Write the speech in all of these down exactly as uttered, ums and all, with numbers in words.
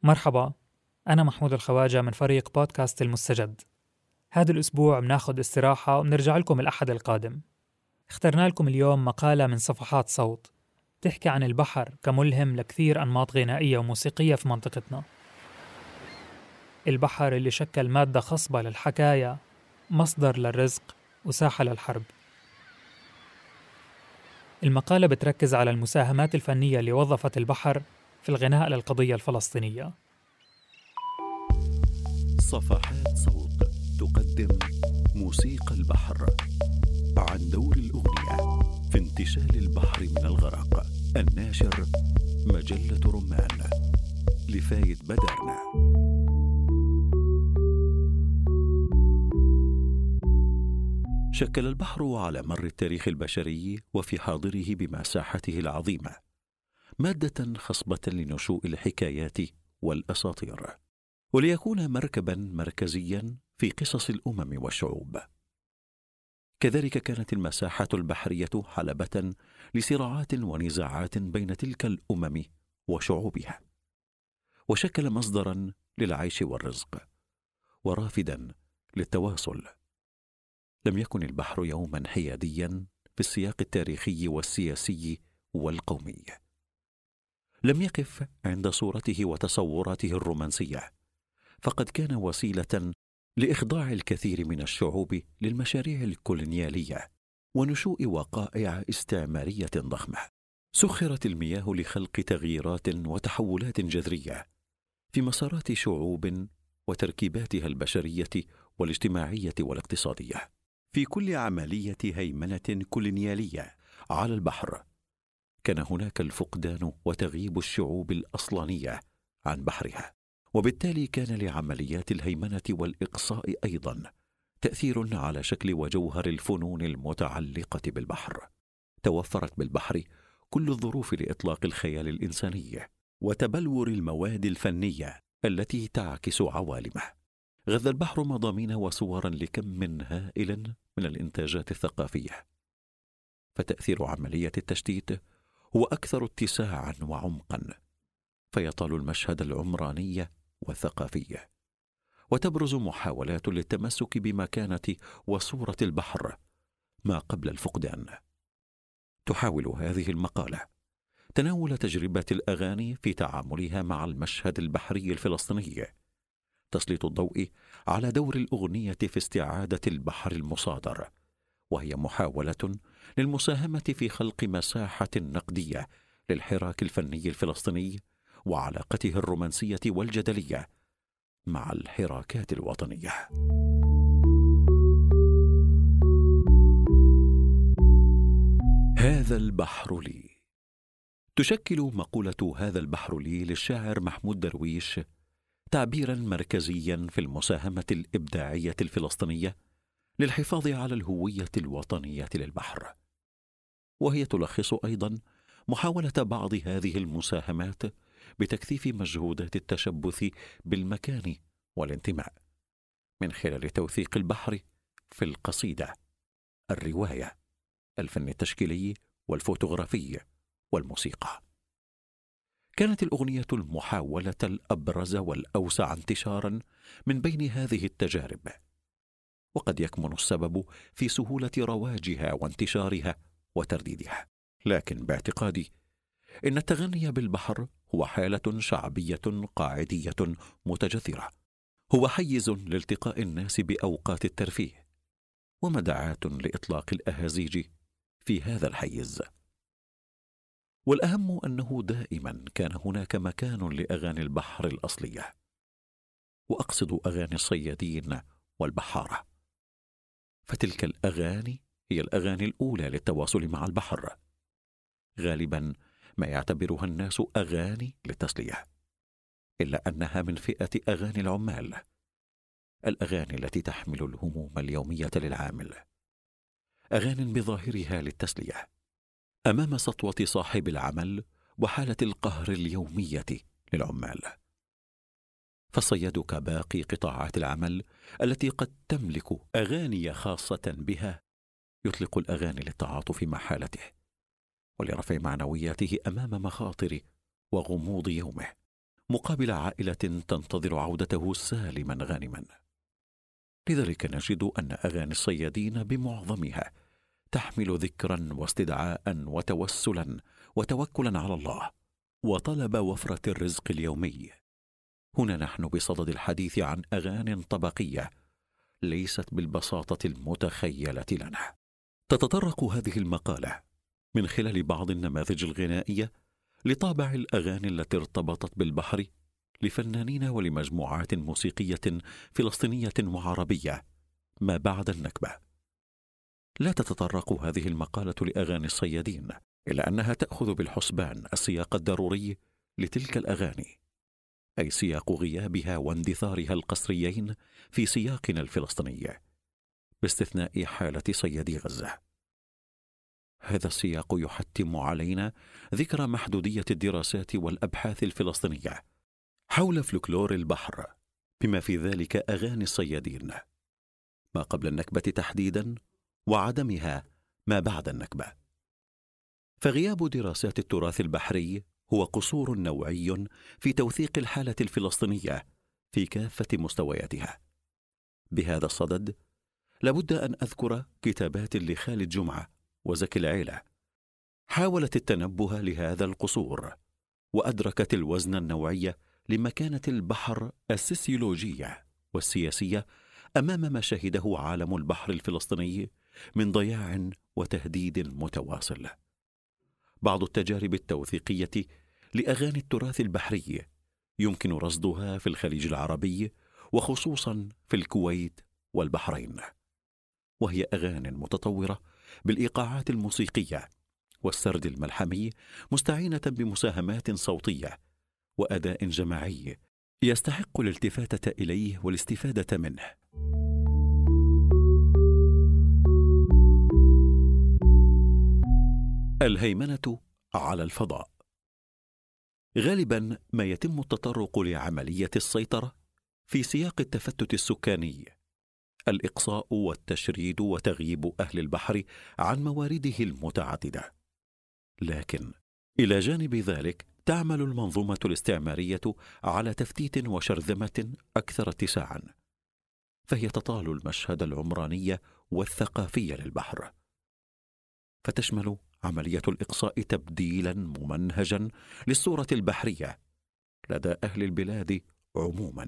مرحبا، أنا محمود الخواجة من فريق بودكاست المستجد. هذا الأسبوع بناخد استراحة وبنرجع لكم الأحد القادم. اخترنا لكم اليوم مقالة من صفحات صوت تحكي عن البحر كملهم لكثير أنماط غنائية وموسيقية في منطقتنا. البحر اللي شكل مادة خصبة للحكاية، مصدر للرزق وساحة للحرب. المقالة بتركز على المساهمات الفنية اللي وظفت البحر في الغناء للقضية الفلسطينية. صفحات صوت تقدم موسيقى البحر، عن دور الأغنية في انتشال البحر من الغرق. الناشر مجلة رمان، لفايد بدرنا. شكل البحر على مر التاريخ البشري وفي حاضره بمساحته العظيمة مادة خصبة لنشوء الحكايات والأساطير، وليكون مركبا مركزيا في قصص الأمم والشعوب. كذلك كانت المساحة البحرية حلبة لصراعات ونزاعات بين تلك الأمم وشعوبها، وشكل مصدرا للعيش والرزق ورافدا للتواصل. لم يكن البحر يوما حياديا في السياق التاريخي والسياسي والقومي. لم يقف عند صورته وتصوراته الرومانسية، فقد كان وسيلة لإخضاع الكثير من الشعوب للمشاريع الكولونيالية ونشوء وقائع استعمارية ضخمة. سخرت المياه لخلق تغييرات وتحولات جذرية في مسارات شعوب وتركيباتها البشرية والاجتماعية والاقتصادية. في كل عملية هيمنة كولونيالية على البحر كان هناك الفقدان وتغييب الشعوب الأصلانية عن بحرها، وبالتالي كان لعمليات الهيمنة والإقصاء أيضا تأثير على شكل وجوهر الفنون المتعلقة بالبحر. توفرت بالبحر كل الظروف لإطلاق الخيال الإنساني وتبلور المواد الفنية التي تعكس عوالمه. غذى البحر مضامين وصورا لكم من هائل من الإنتاجات الثقافية، فتأثير عملية التشتيت هو أكثر اتساعا وعمقا، فيطال المشهد العمراني والثقافي، وتبرز محاولات للتمسك بمكانة وصورة البحر ما قبل الفقدان. تحاول هذه المقالة تناول تجربة الأغاني في تعاملها مع المشهد البحري الفلسطيني، تسليط الضوء على دور الأغنية في استعادة البحر المصادر، وهي محاولة للمساهمة في خلق مساحة نقدية للحراك الفني الفلسطيني وعلاقته الرومانسية والجدلية مع الحراكات الوطنية. هذا البحر لي. تشكل مقولة هذا البحر لي للشاعر محمود درويش تعبيرا مركزيا في المساهمة الإبداعية الفلسطينية للحفاظ على الهوية الوطنية للبحر، وهي تلخص أيضا محاولة بعض هذه المساهمات بتكثيف مجهودات التشبث بالمكان والانتماء من خلال توثيق البحر في القصيدة، الرواية، الفن التشكيلي والفوتوغرافي والموسيقى. كانت الأغنية المحاولة الأبرز والأوسع انتشارا من بين هذه التجارب، وقد يكمن السبب في سهولة رواجها وانتشارها وترديدها. لكن باعتقادي إن التغني بالبحر هو حالة شعبية قاعدية متجذرة، هو حيز لالتقاء الناس بأوقات الترفيه ومدعاة لإطلاق الأهازيج في هذا الحيز. والأهم أنه دائما كان هناك مكان لأغاني البحر الأصلية، وأقصد أغاني الصيادين والبحارة، فتلك الأغاني هي الأغاني الأولى للتواصل مع البحر، غالبا ما يعتبرها الناس أغاني للتسلية، إلا أنها من فئة أغاني العمال، الأغاني التي تحمل الهموم اليومية للعامل، أغاني بظاهرها للتسلية أمام سطوة صاحب العمل وحالة القهر اليومية للعمال. فالصياد كباقي قطاعات العمل التي قد تملك أغاني خاصة بها، يطلق الأغاني للتعاطف مع حالته ولرفع معنوياته أمام مخاطر وغموض يومه، مقابل عائلة تنتظر عودته سالما غانما. لذلك نجد أن أغاني الصيادين بمعظمها تحمل ذكرا واستدعاء وتوسلا وتوكلا على الله وطلب وفرة الرزق اليومي. هنا نحن بصدد الحديث عن أغاني طبقية ليست بالبساطة المتخيلة لنا. تتطرق هذه المقالة من خلال بعض النماذج الغنائية لطابع الأغاني التي ارتبطت بالبحر لفنانين ولمجموعات موسيقية فلسطينية وعربية ما بعد النكبة. لا تتطرق هذه المقالة لأغاني الصيادين، إلا أنها تأخذ بالحسبان السياق الضروري لتلك الأغاني، أي سياق غيابها واندثارها القسريين في سياقنا الفلسطيني، باستثناء حالة صيادي غزة. هذا السياق يحتم علينا ذكر محدودية الدراسات والأبحاث الفلسطينية حول فلكلور البحر، بما في ذلك أغاني الصيادين، ما قبل النكبة تحديدا وعدمها ما بعد النكبة. فغياب دراسات التراث البحري هو قصور نوعي في توثيق الحالة الفلسطينية في كافة مستوياتها. بهذا الصدد لابد أن أذكر كتابات لخالد جمعة وزكي العيلة حاولت التنبه لهذا القصور، وأدركت الوزن النوعي لمكانة البحر السيسيولوجية والسياسية أمام ما شهده عالم البحر الفلسطيني من ضياع وتهديد متواصل. بعض التجارب التوثيقية لأغاني التراث البحري يمكن رصدها في الخليج العربي وخصوصا في الكويت والبحرين، وهي أغاني متطورة بالإيقاعات الموسيقية والسرد الملحمي، مستعينة بمساهمات صوتية وأداء جماعي يستحق الالتفاتة إليه والاستفادة منه. الهيمنة على الفضاء. غالبا ما يتم التطرق لعملية السيطرة في سياق التفتت السكاني، الإقصاء والتشريد وتغييب أهل البحر عن موارده المتعددة. لكن إلى جانب ذلك تعمل المنظومة الاستعمارية على تفتيت وشرذمة أكثر اتساعا، فهي تطال المشهد العمراني والثقافي للبحر، فتشمل عملية الإقصاء تبديلا ممنهجا للصورة البحرية لدى أهل البلاد عموما.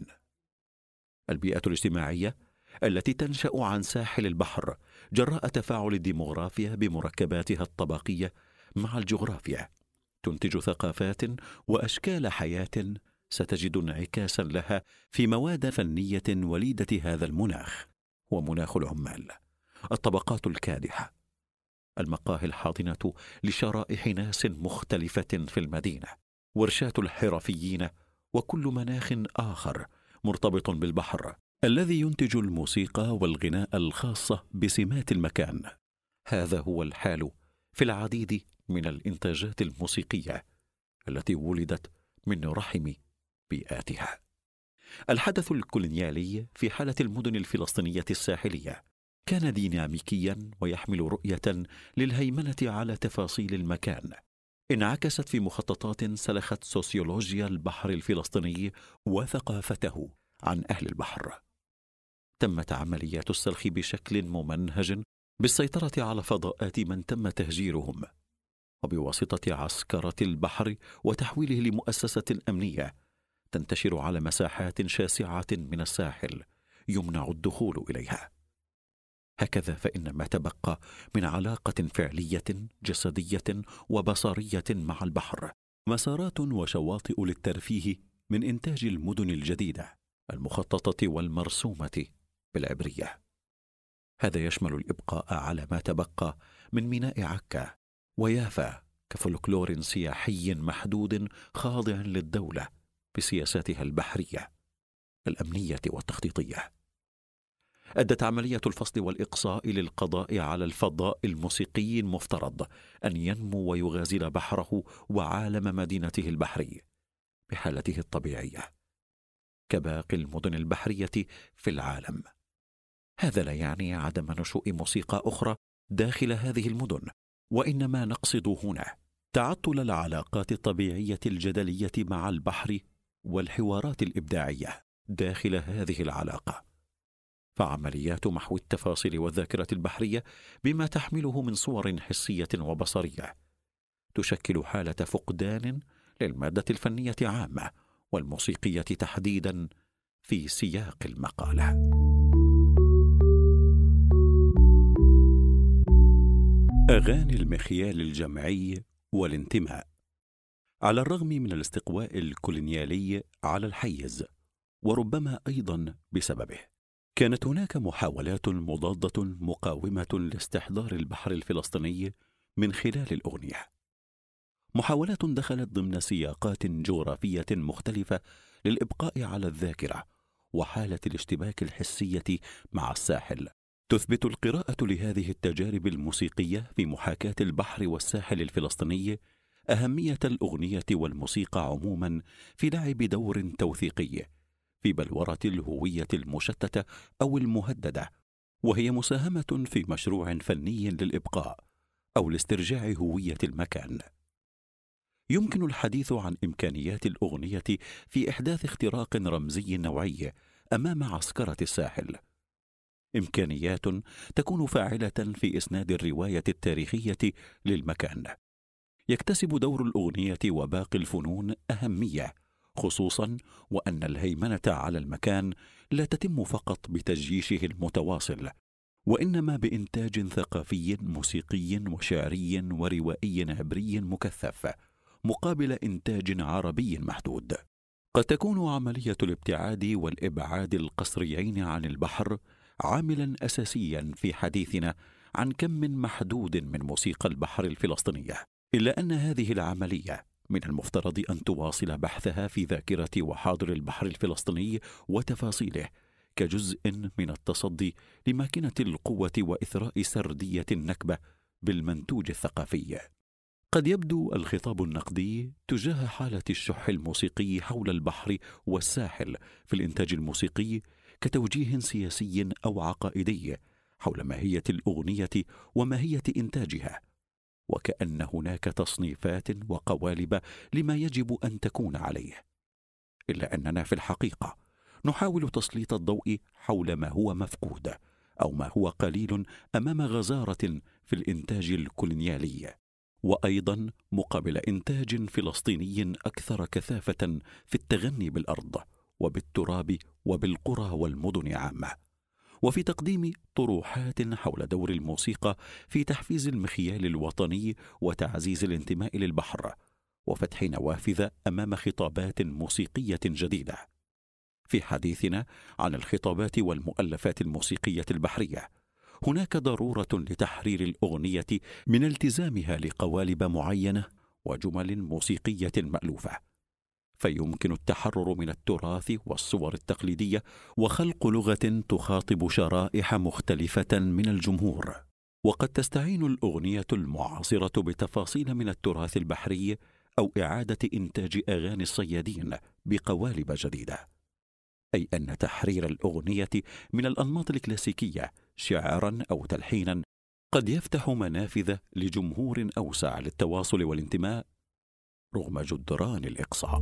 البيئة الاجتماعية التي تنشأ عن ساحل البحر جراء تفاعل الديموغرافيا بمركباتها الطبقية مع الجغرافيا تنتج ثقافات وأشكال حياة ستجد انعكاسا لها في مواد فنية وليدة هذا المناخ، ومناخ العمال، الطبقات الكادحة، المقاهي الحاضنة لشرائح ناس مختلفة في المدينة، ورشات الحرفيين، وكل مناخ آخر مرتبط بالبحر الذي ينتج الموسيقى والغناء الخاصة بسمات المكان. هذا هو الحال في العديد من الإنتاجات الموسيقية التي ولدت من رحم بيئاتها. الحدث الكولونيالي في حالة المدن الفلسطينية الساحلية كان ديناميكيا ويحمل رؤية للهيمنة على تفاصيل المكان، انعكست في مخططات سلخت سوسيولوجيا البحر الفلسطيني وثقافته عن أهل البحر. تمت عمليات السلخ بشكل ممنهج بالسيطرة على فضاءات من تم تهجيرهم، وبواسطة عسكرة البحر وتحويله لمؤسسة أمنية تنتشر على مساحات شاسعة من الساحل يمنع الدخول إليها. هكذا فإن ما تبقى من علاقة فعلية جسدية وبصرية مع البحر مسارات وشواطئ للترفيه من إنتاج المدن الجديدة المخططة والمرسومة بالعبرية. هذا يشمل الإبقاء على ما تبقى من ميناء عكا ويافا كفلكلور سياحي محدود خاضع للدولة بسياساتها البحرية الأمنية والتخطيطية. أدت عملية الفصل والإقصاء للقضاء على الفضاء الموسيقي المفترض أن ينمو ويغازل بحره وعالم مدينته البحري بحالته الطبيعية كباقي المدن البحرية في العالم. هذا لا يعني عدم نشوء موسيقى أخرى داخل هذه المدن، وإنما نقصد هنا تعطل العلاقات الطبيعية الجدلية مع البحر والحوارات الإبداعية داخل هذه العلاقة. فعمليات محو التفاصيل والذاكرة البحرية بما تحمله من صور حسية وبصرية تشكل حالة فقدان للمادة الفنية عامة والموسيقية تحديدا في سياق المقالة. أغاني المخيال الجمعي والانتماء. على الرغم من الاستقواء الكولونيالي على الحيز، وربما أيضا بسببه، كانت هناك محاولات مضادة مقاومة لاستحضار البحر الفلسطيني من خلال الأغنية. محاولات دخلت ضمن سياقات جغرافية مختلفة للإبقاء على الذاكرة وحالة الاشتباك الحسية مع الساحل. تثبت القراءة لهذه التجارب الموسيقية في محاكاة البحر والساحل الفلسطيني أهمية الأغنية والموسيقى عموما في لعب دور توثيقي في بلورة الهوية المشتتة أو المهددة، وهي مساهمة في مشروع فني للإبقاء أو لاسترجاع هوية المكان. يمكن الحديث عن إمكانيات الأغنية في إحداث اختراق رمزي نوعي أمام عسكرة الساحل، إمكانيات تكون فاعلة في إسناد الرواية التاريخية للمكان. يكتسب دور الأغنية وباقي الفنون أهمية، خصوصا وأن الهيمنة على المكان لا تتم فقط بتجيشه المتواصل، وإنما بإنتاج ثقافي موسيقي وشعري وروائي عبري مكثف مقابل إنتاج عربي محدود. قد تكون عملية الابتعاد والإبعاد القسريين عن البحر عاملا أساسيا في حديثنا عن كم محدود من موسيقى البحر الفلسطينية، إلا أن هذه العملية من المفترض أن تواصل بحثها في ذاكرة وحاضر البحر الفلسطيني وتفاصيله كجزء من التصدي لماكنة القوة وإثراء سردية النكبة بالمنتوج الثقافي. قد يبدو الخطاب النقدي تجاه حالة الشح الموسيقي حول البحر والساحل في الإنتاج الموسيقي كتوجيه سياسي أو عقائدي حول ماهية الأغنية وماهية إنتاجها، وكأن هناك تصنيفات وقوالب لما يجب أن تكون عليه، إلا أننا في الحقيقة نحاول تسليط الضوء حول ما هو مفقود أو ما هو قليل أمام غزارة في الإنتاج الكولونيالي، وأيضا مقابل إنتاج فلسطيني أكثر كثافة في التغني بالأرض وبالتراب وبالقرى والمدن عامة، وفي تقديم طروحات حول دور الموسيقى في تحفيز المخيال الوطني وتعزيز الانتماء للبحر وفتح نوافذ أمام خطابات موسيقية جديدة. في حديثنا عن الخطابات والمؤلفات الموسيقية البحرية، هناك ضرورة لتحرير الأغنية من التزامها لقوالب معينة وجمل موسيقية مألوفة، فيمكن التحرر من التراث والصور التقليدية وخلق لغة تخاطب شرائح مختلفة من الجمهور. وقد تستعين الأغنية المعاصرة بتفاصيل من التراث البحري أو إعادة إنتاج أغاني الصيادين بقوالب جديدة، أي أن تحرير الأغنية من الأنماط الكلاسيكية شعرا أو تلحينا قد يفتح منافذ لجمهور أوسع للتواصل والانتماء رغم جدران الإقصاء.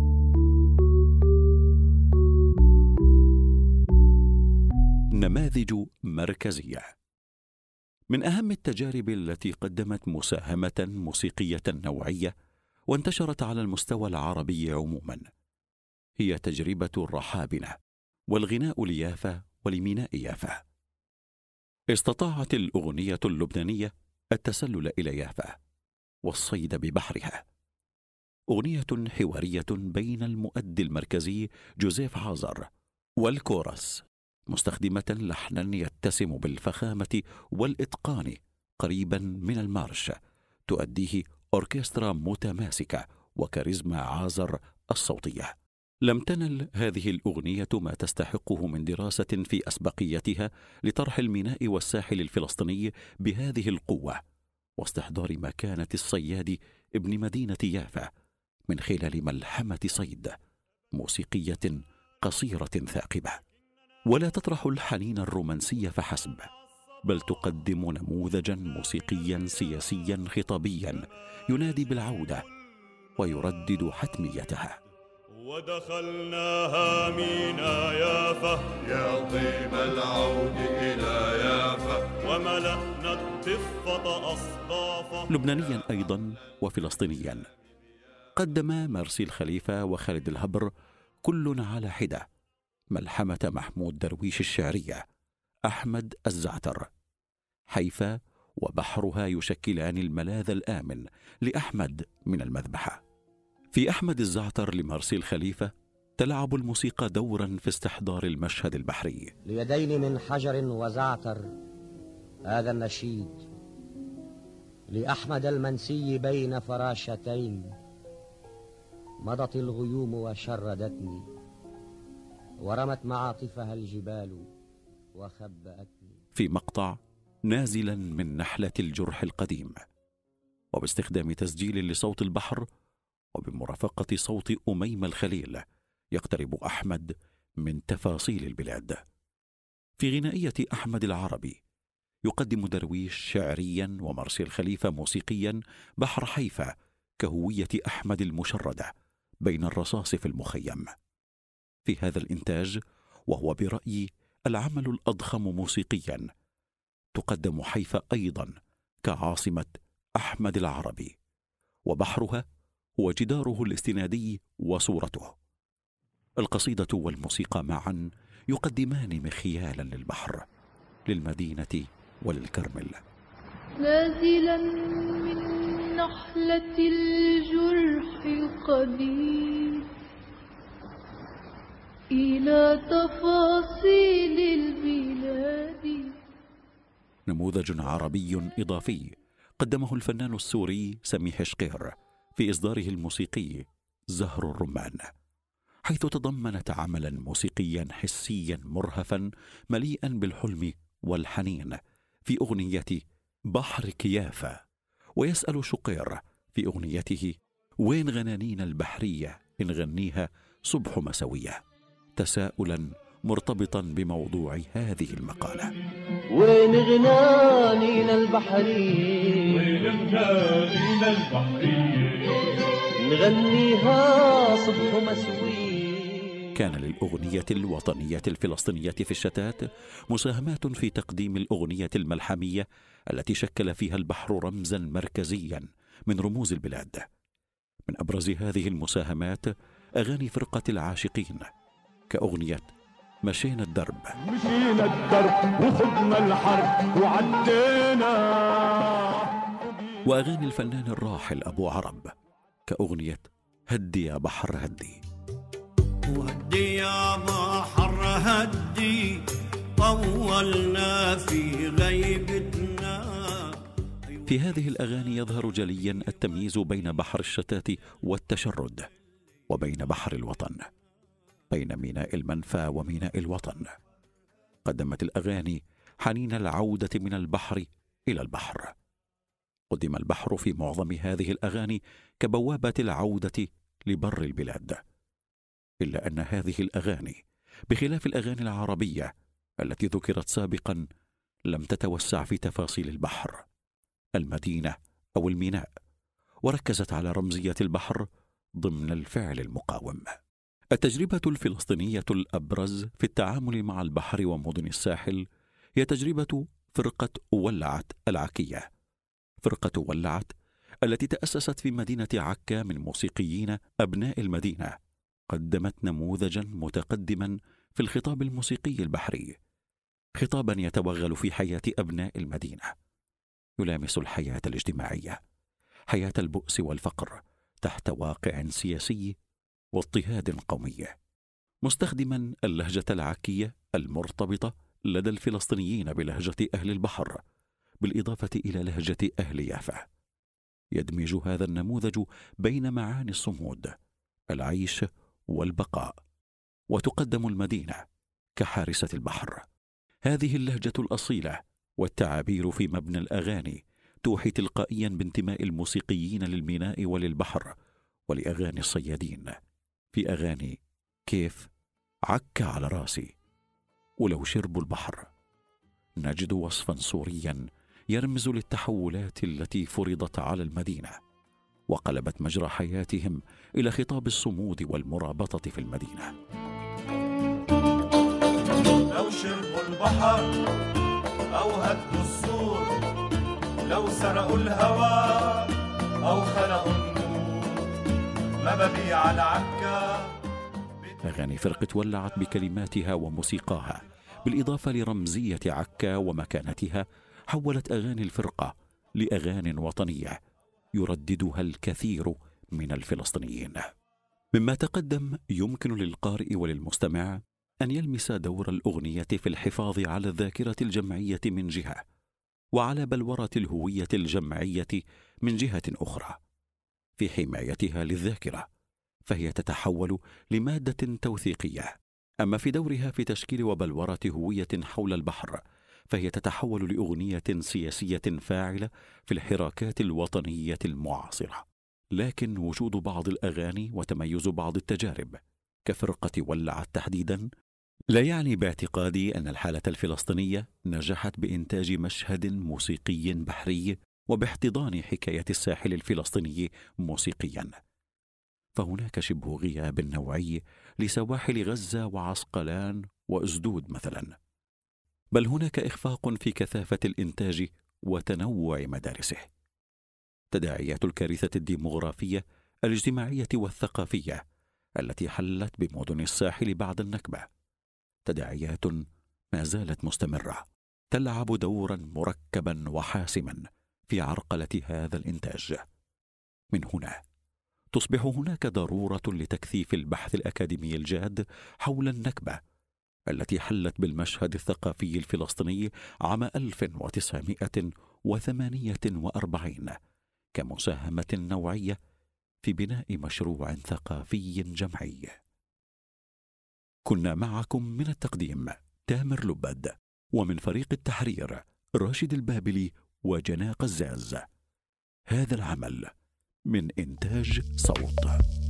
نماذج مركزية. من أهم التجارب التي قدمت مساهمة موسيقية نوعية وانتشرت على المستوى العربي عموما هي تجربة الرحابنة والغناء ليافا ولميناء يافا. استطاعت الأغنية اللبنانية التسلل إلى يافا والصيد ببحرها، أغنية حوارية بين المؤدي المركزي جوزيف عازر والكورس، مستخدمة لحنا يتسم بالفخامة والإتقان قريبا من المارش، تؤديه أوركسترا متماسكة وكاريزما عازر الصوتية. لم تنل هذه الأغنية ما تستحقه من دراسة في أسبقيتها لطرح الميناء والساحل الفلسطيني بهذه القوة واستحضار مكانة الصياد ابن مدينة يافا من خلال ملحمة صيد موسيقية قصيرة ثاقبة. ولا تطرح الحنين الرومانسي فحسب، بل تقدم نموذجا موسيقيا سياسيا خطابيا ينادي بالعودة ويردد حتميتها. ودخلناها مينا يافا يا طيب العود إلى يافا وملأنا الضفة أصدافا. لبنانيا أيضا وفلسطينيا قدم مرسي الخليفة وخالد الهبر كل على حدة ملحمة محمود درويش الشعرية أحمد الزعتر. حيفا وبحرها يشكلان الملاذ الآمن لأحمد من المذبحة. في أحمد الزعتر لمرسي الخليفة تلعب الموسيقى دورا في استحضار المشهد البحري. ليدين من حجر وزعتر هذا النشيد لأحمد المنسي بين فراشتين مضت الغيوم وشردتني ورمت معاطفها الجبال وخبأتني. في مقطع نازلا من نحلة الجرح القديم وباستخدام تسجيل لصوت البحر وبمرافقة صوت أميمة الخليل يقترب أحمد من تفاصيل البلاد. في غنائية أحمد العربي يقدم درويش شعريا ومرسي الخليفة موسيقيا بحر حيفا كهوية أحمد المشردة بين الرصاص في المخيم. في هذا الإنتاج وهو برأيي العمل الأضخم موسيقيا تقدم حيفا أيضا كعاصمة أحمد العربي وبحرها هو جداره الاستنادي وصورته. القصيدة والموسيقى معا يقدمان مخيالا للبحر للمدينة وللكرمل. نازلا من نحلة الجرح القديم إلى تفاصيل البلاد. نموذج عربي إضافي قدمه الفنان السوري سميح شقير في إصداره الموسيقي زهر الرمان، حيث تضمنت عملا موسيقيا حسيا مرهفا مليئا بالحلم والحنين في أغنية بحر كيافة. ويسأل شقير في أغنيته وين غنانين البحرية إن غنيها صبح مسوية، تساؤلا مرتبطا بموضوع هذه المقالة. وين غنانين البحرية وين غنانين البحرية نغنيها صبح مسوية. كان للأغنية الوطنية الفلسطينية في الشتات مساهمات في تقديم الأغنية الملحمية التي شكل فيها البحر رمزا مركزيا من رموز البلاد. من أبرز هذه المساهمات أغاني فرقة العاشقين كأغنية مشينا الدرب. مشينا الدرب وخدنا الحرب وعدينا. وأغاني الفنان الراحل أبو عرب كأغنية هدي يا بحر هدي. ودي يا بحر هدي طولنا في غيبتنا. في هذه الأغاني يظهر جليا التمييز بين بحر الشتات والتشرد وبين بحر الوطن، بين ميناء المنفى وميناء الوطن. قدمت الأغاني حنين العودة من البحر إلى البحر. قدم البحر في معظم هذه الأغاني كبوابة العودة لبر البلاد، إلا أن هذه الأغاني بخلاف الأغاني العربية التي ذكرت سابقا لم تتوسع في تفاصيل البحر، المدينة أو الميناء، وركزت على رمزية البحر ضمن الفعل المقاوم. التجربة الفلسطينية الأبرز في التعامل مع البحر ومدن الساحل هي تجربة فرقة ولعت العكية. فرقة ولعت التي تأسست في مدينة عكا من موسيقيين أبناء المدينة قدمت نموذجا متقدما في الخطاب الموسيقي البحري، خطابا يتوغل في حياة أبناء المدينة، يلامس الحياة الاجتماعية، حياة البؤس والفقر تحت واقع سياسي واضطهاد قومي، مستخدما اللهجة العكية المرتبطة لدى الفلسطينيين بلهجة أهل البحر بالإضافة إلى لهجة أهل يافا. يدمج هذا النموذج بين معاني الصمود، العيش والبقاء، وتقدم المدينة كحارسة البحر. هذه اللهجة الأصيلة والتعابير في مبنى الأغاني توحي تلقائيا بانتماء الموسيقيين للميناء وللبحر ولأغاني الصيادين. في أغاني كيف عكا على راسي ولو شربوا البحر نجد وصفا سوريا يرمز للتحولات التي فرضت على المدينة وقلبت مجرى حياتهم إلى خطاب الصمود والمرابطة في المدينة. لو شربوا البحر أو هدوا السور، لو سرقوا الهوى أو خلقوا النور، مبابيع العكا. أغاني فرقة ولعت بكلماتها وموسيقاها بالإضافة لرمزية عكا ومكانتها حولت أغاني الفرقة لأغاني وطنية يرددها الكثير من الفلسطينيين. مما تقدم يمكن للقارئ وللمستمع أن يلمس دور الأغنية في الحفاظ على الذاكرة الجمعية من جهة، وعلى بلورة الهوية الجمعية من جهة أخرى. في حمايتها للذاكرة فهي تتحول لمادة توثيقية، أما في دورها في تشكيل وبلورة هوية حول البحر فهي تتحول لأغنية سياسية فاعلة في الحراكات الوطنية المعاصرة. لكن وجود بعض الأغاني وتميز بعض التجارب كفرقة ولعت تحديدا لا يعني باعتقادي أن الحالة الفلسطينية نجحت بإنتاج مشهد موسيقي بحري وباحتضان حكاية الساحل الفلسطيني موسيقيا، فهناك شبه غياب نوعي لسواحل غزة وعسقلان وأسدود مثلا، بل هناك إخفاق في كثافة الإنتاج وتنوع مدارسه. تداعيات الكارثة الديمغرافية الاجتماعية والثقافية التي حلت بمدن الساحل بعد النكبة تداعيات ما زالت مستمرة تلعب دورا مركبا وحاسما في عرقلة هذا الإنتاج. من هنا تصبح هناك ضرورة لتكثيف البحث الأكاديمي الجاد حول النكبة التي حلت بالمشهد الثقافي الفلسطيني عام ألف وتسعمائة وثمانية وأربعين كمساهمة نوعية في بناء مشروع ثقافي جمعي. كنا معكم من التقديم تامر لبد، ومن فريق التحرير راشد البابلي وجنى قزاز. هذا العمل من إنتاج صوت.